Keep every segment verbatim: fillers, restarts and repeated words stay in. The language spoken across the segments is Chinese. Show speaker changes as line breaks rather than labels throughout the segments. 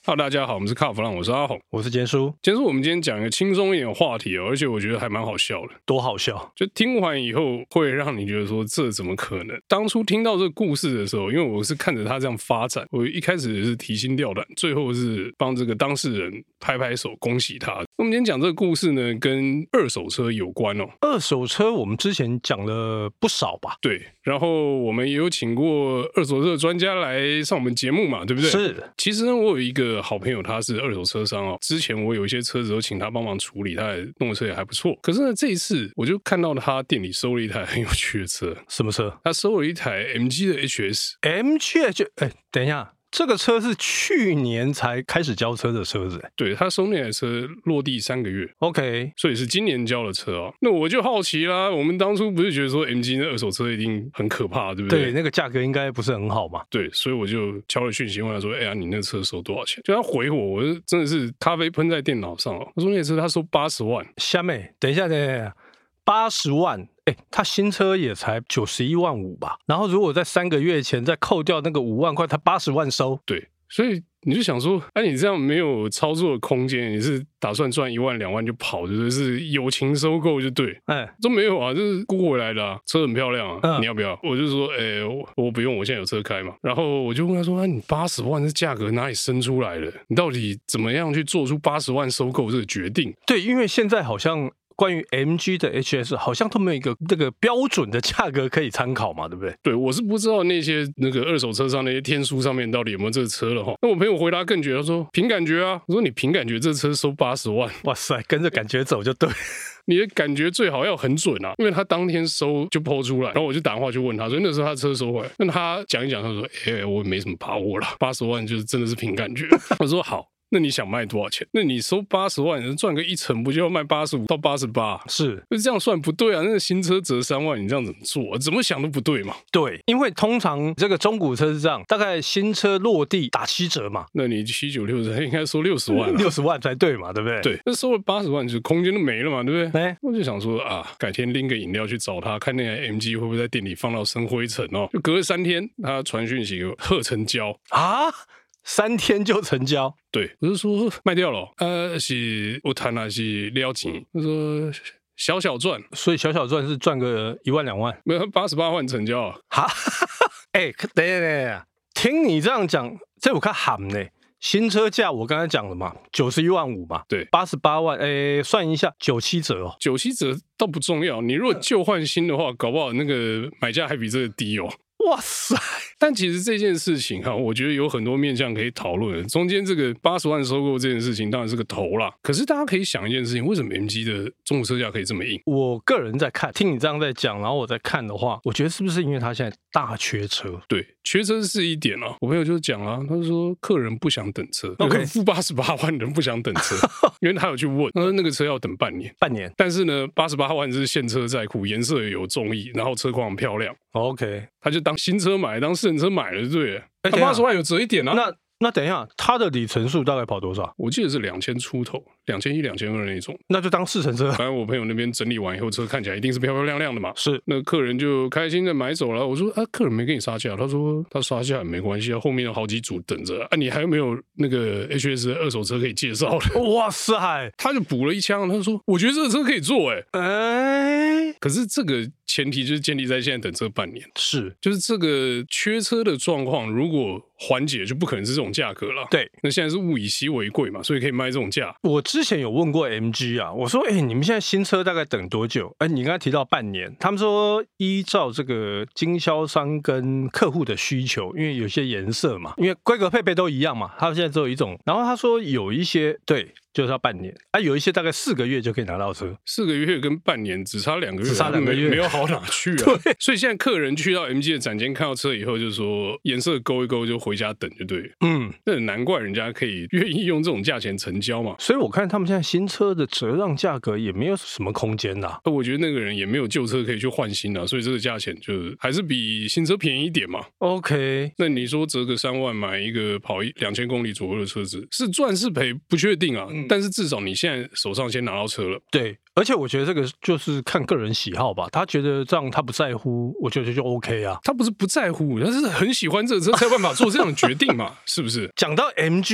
Hello， 大家好，我们是卡弗朗，我是阿红，
我是坚叔。
坚叔，我们今天讲一个轻松一点的话题哦，而且我觉得还蛮好笑的。
多好笑？
就听完以后会让你觉得说这怎么可能？当初听到这个故事的时候，因为我是看着他这样发展，我一开始是提心吊胆，最后是帮这个当事人拍拍手，恭喜他。我们今天讲这个故事呢，跟二手车有关哦。
二手车我们之前讲了不少吧？
对，然后我们也有请过二手车专家来上我们节目嘛，对不对？
是。
其实呢，我有一个好朋友，他是二手车商哦。之前我有一些车子都请他帮忙处理，他也弄的车也还不错。可是呢，这一次我就看到他店里收了一台很有趣的车。
什么车？
他收了一台 M G 的 H S。M
G H， 哎，等一下。这个车是去年才开始交车的车子，
对，他收那台车落地三个月
，OK，
所以是今年交的车哦。那我就好奇啦，我们当初不是觉得说 M G 那二手车一定很可怕，对不对？
对，那个价格应该不是很好嘛。
对，所以我就敲了讯息问他说：“哎呀，你那车收多少钱？”就他回我，我就真的是咖啡喷在电脑上哦。我说那车他收八十万，
虾妹，等一下，等一下，八十万。哎，他新车也才九十一万五吧？然后如果在三个月前再扣掉那个五万块，他八十万收。
对，所以你就想说，哎、啊，你这样没有操作的空间，你是打算赚一万两万就跑，就是友情收购就对？哎，都没有啊，就是雇回来的啊，车很漂亮啊，嗯、你要不要？我就说，哎，我我不用，我现在有车开嘛。然后我就问他说，啊，你八十万这价格哪里生出来的？你到底怎么样去做出八十万收购这个决定？
对，因为现在好像。关于 M G 的 H S 好像都没有一个这个标准的价格可以参考嘛，对不对？
对，我是不知道那些那个二手车上那些天书上面到底有没有这个车了哈。那我朋友回答更绝，他说凭感觉啊。我说你凭感觉这车收八十万，
哇塞，跟着感觉走就对。
你的感觉最好要很准啊，因为他当天收就 po 出来，然后我就打电话去问他，所以那时候他车收回来，那他讲一讲，他说：“哎、欸，我没什么把握了，八十万就是真的是凭感觉。”我说好。那你想卖多少钱？那你收八十万，赚个一成，不就要卖八十五到八十八？
是，
就这样算不对啊！那个新车折三万，你这样怎么做？怎么想都不对嘛。
对，因为通常这个中古车是这样，大概新车落地打七折嘛。
那你七九六折应该收六十万、啊，
六十万才对嘛，对不对？
对，那收了八十万，就空间都没了嘛，对不对？哎，我就想说啊，改天拎个饮料去找他，看那台 M G 会不会在店里放到生灰尘哦。就隔了三天，他传讯息贺成交
啊。三天就成交，
对，我是说卖掉了，呃，是我谈了是撩钱，他说小小赚，
所以小小赚是赚个一万两万，
没有八十八万成交啊，
哈，哎，等一下等一下，听你这样讲，这我看喊呢。新车价我刚才讲了嘛，九十一万五嘛，
对，
八十八万，哎，算一下，九七折哦，
九七折倒不重要，你如果旧换新的话，搞不好那个买价还比这个低哦。
哇塞！
但其实这件事情哈，我觉得有很多面向可以讨论。中间这个八十万收购这件事情当然是个头啦，可是大家可以想一件事情：为什么 M G 的中古车价可以这么硬？
我个人在看，听你这样在讲，然后我在看的话，我觉得是不是因为他现在大缺车？
对，缺车是一点啊。我朋友就讲啊，他说客人不想等车
，OK，
付八十八万人不想等车，因为他有去问，他说那个车要等半年，
半年。
但是呢，八十八万是现车在库，颜色也有中意，然后车况很漂亮
，OK，
他就当新车买，当私人车买了，对。他八十万有折一点啊。
那那等一下，他的里程数大概跑多少？
我记得是两千出头，两千一、两千二那种。
那就当四成车。
反正我朋友那边整理完以后，车看起来一定是漂漂亮亮的嘛。
是，
那客人就开心的买走了。我说啊，客人没跟你杀价，他说他杀价也没关系啊，后面有好几组等着啊，你还有没有那个 H S 的二手车可以介绍的？
哇塞，
他就补了一枪，他就说我觉得这个车可以做、欸，哎哎，可是这个。前提就是建立在现在等车半年，
是，
就是这个缺车的状况，如果缓解，就不可能是这种价格了。
对，
那现在是物以稀为贵嘛，所以可以卖这种价。
我之前有问过 M G 啊，我说，哎、欸，你们现在新车大概等多久？哎、欸，你刚才提到半年，他们说依照这个经销商跟客户的需求，因为有些颜色嘛，因为规格配备都一样嘛，他现在只有一种。然后他说有一些对。就是要半年啊，有一些大概四个月就可以拿到车，
四个月跟半年只差两个月，
只差两个月，
没, 没有好哪去啊。对，所以现在客人去到 M G 的展间看到车以后，就说颜色勾一勾就回家等就对了。嗯，那难怪人家可以愿意用这种价钱成交嘛。
所以我看他们现在新车的折让价格也没有什么空间呐、
啊。我觉得那个人也没有旧车可以去换新啊，所以这个价钱就还是比新车便宜一点嘛。
OK，
那你说折个三万买一个跑一两千公里左右的车子，是赚是赔不确定啊、嗯，但是至少你现在手上先拿到车了。
对，而且我觉得这个就是看个人喜好吧，他觉得这样他不在乎，我觉得就 OK 啊。
他不是不在乎，他是很喜欢这个车才有办法做这样的决定嘛，是不是？
讲到 M G 啊，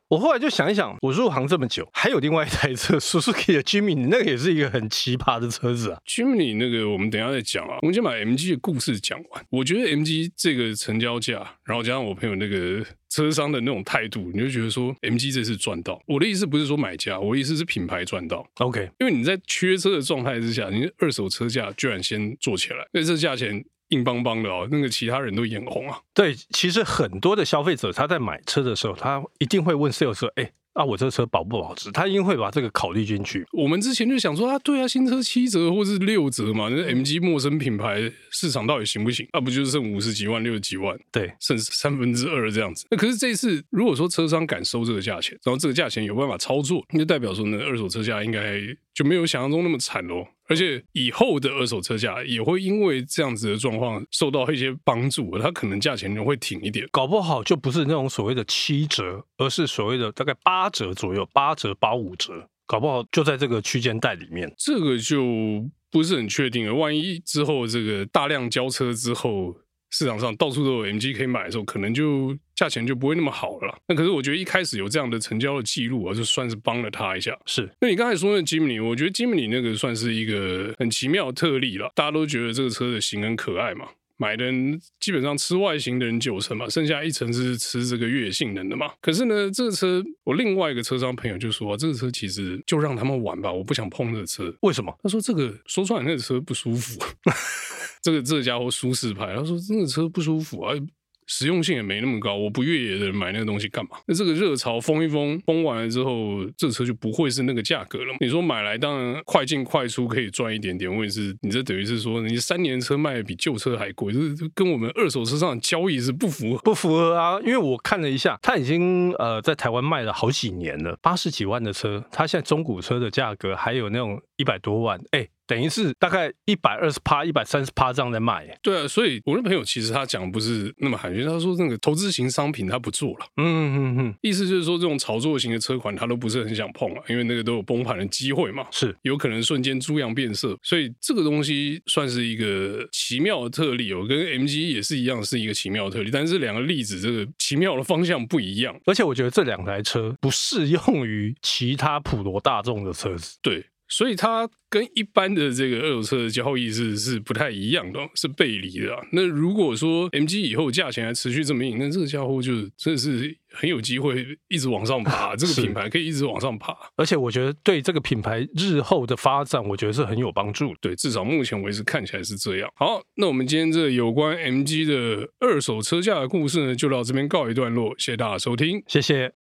我后来就想一想，我入行这么久，还有另外一台车 Suzuki 的 Jimny， 那个也是一个很奇葩的车子啊。
Jimny 那个我们等一下再讲啊，我们先把 M G 的故事讲完。我觉得 M G 这个成交价，然后加上我朋友那个车商的那种态度，你就觉得说 M G 这次赚到。我的意思不是说买家，我的意思是品牌赚到。
OK，
因为你在缺车的状态之下，你二手车价居然先做起来，所以这价钱硬邦邦的哦，那个其他人都眼红啊。
对，其实很多的消费者他在买车的时候，他一定会问 sales 说，哎，啊，我这车保不保值？他一定会把这个考虑进去。
我们之前就想说啊，对啊，新车七折或是六折嘛，那 M G 陌生品牌市场到底行不行？啊，不就是剩五十几万、六十几万，
对，
剩三分之二这样子。那可是这一次，如果说车商敢收这个价钱，然后这个价钱有办法操作，就代表说呢，二手车价应该就没有想象中那么惨咯。而且以后的二手车价也会因为这样子的状况受到一些帮助，它可能价钱就会挺一点，
搞不好就不是那种所谓的七折，而是所谓的大概八折左右，八折八五折，搞不好就在这个区间带里面。
这个就不是很确定了。万一之后这个大量交车之后，市场上到处都有 M G 可以买的时候，可能就价钱就不会那么好了啦。那可是我觉得一开始有这样的成交的记录啊，就算是帮了他一下。
是，
那你刚才说的 Jimny， 我觉得 Jimny 那个算是一个很奇妙的特例了。大家都觉得这个车的型很可爱嘛，买的人基本上吃外形的人九成嘛，剩下一成是吃这个越野性能的嘛。可是呢，这个车我另外一个车商朋友就说、啊，这个车其实就让他们玩吧，我不想碰这个车。
为什么？
他说这个说出来那个车不舒服。这个这个家伙舒适派，他说这个车不舒服啊，实用性也没那么高，我不越野的人买那个东西干嘛？那这个热潮封一封，封完了之后，这车就不会是那个价格了嘛。你说买来当然快进快出可以赚一点点，问题是你这等于是说你三年车卖的比旧车还贵，这跟我们二手车上的交易是不符合，
不符合啊！因为我看了一下，它已经呃在台湾卖了好几年了，八十几万的车，它现在中古车的价格还有那种一百多万，哎。等于是大概一百二十趴、一百三十趴这样在卖。
对啊，所以我的朋友其实他讲不是那么寒暄，他说那个投资型商品他不做了。
嗯嗯嗯，
意思就是说这种炒作型的车款他都不是很想碰啊，因为那个都有崩盘的机会嘛，
是
有可能瞬间猪羊变色，所以这个东西算是一个奇妙的特例哦，跟 M G 也是一样是一个奇妙的特例，但是两个例子这个奇妙的方向不一样，
而且我觉得这两台车不适用于其他普罗大众的车子。
对。所以它跟一般的这个二手车的交易是是不太一样的，是背离的啊。那如果说 M G 以后价钱还持续这么硬，那这个家伙就真的是很有机会一直往上爬，这个品牌可以一直往上爬。
而且我觉得对这个品牌日后的发展，我觉得是很有帮助。
对，至少目前为止看起来是这样。好，那我们今天这有关 M G 的二手车价的故事呢，就到这边告一段落，谢谢大家收听，
谢谢。